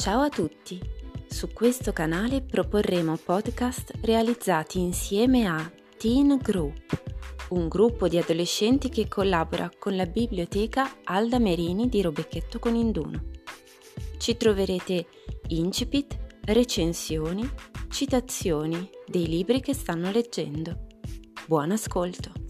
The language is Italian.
Ciao a tutti! Su questo canale proporremo podcast realizzati insieme a Teen Group, un gruppo di adolescenti che collabora con la biblioteca Alda Merini di Robecchetto Coninduno. Ci troverete incipit, recensioni, citazioni dei libri che stanno leggendo. Buon ascolto!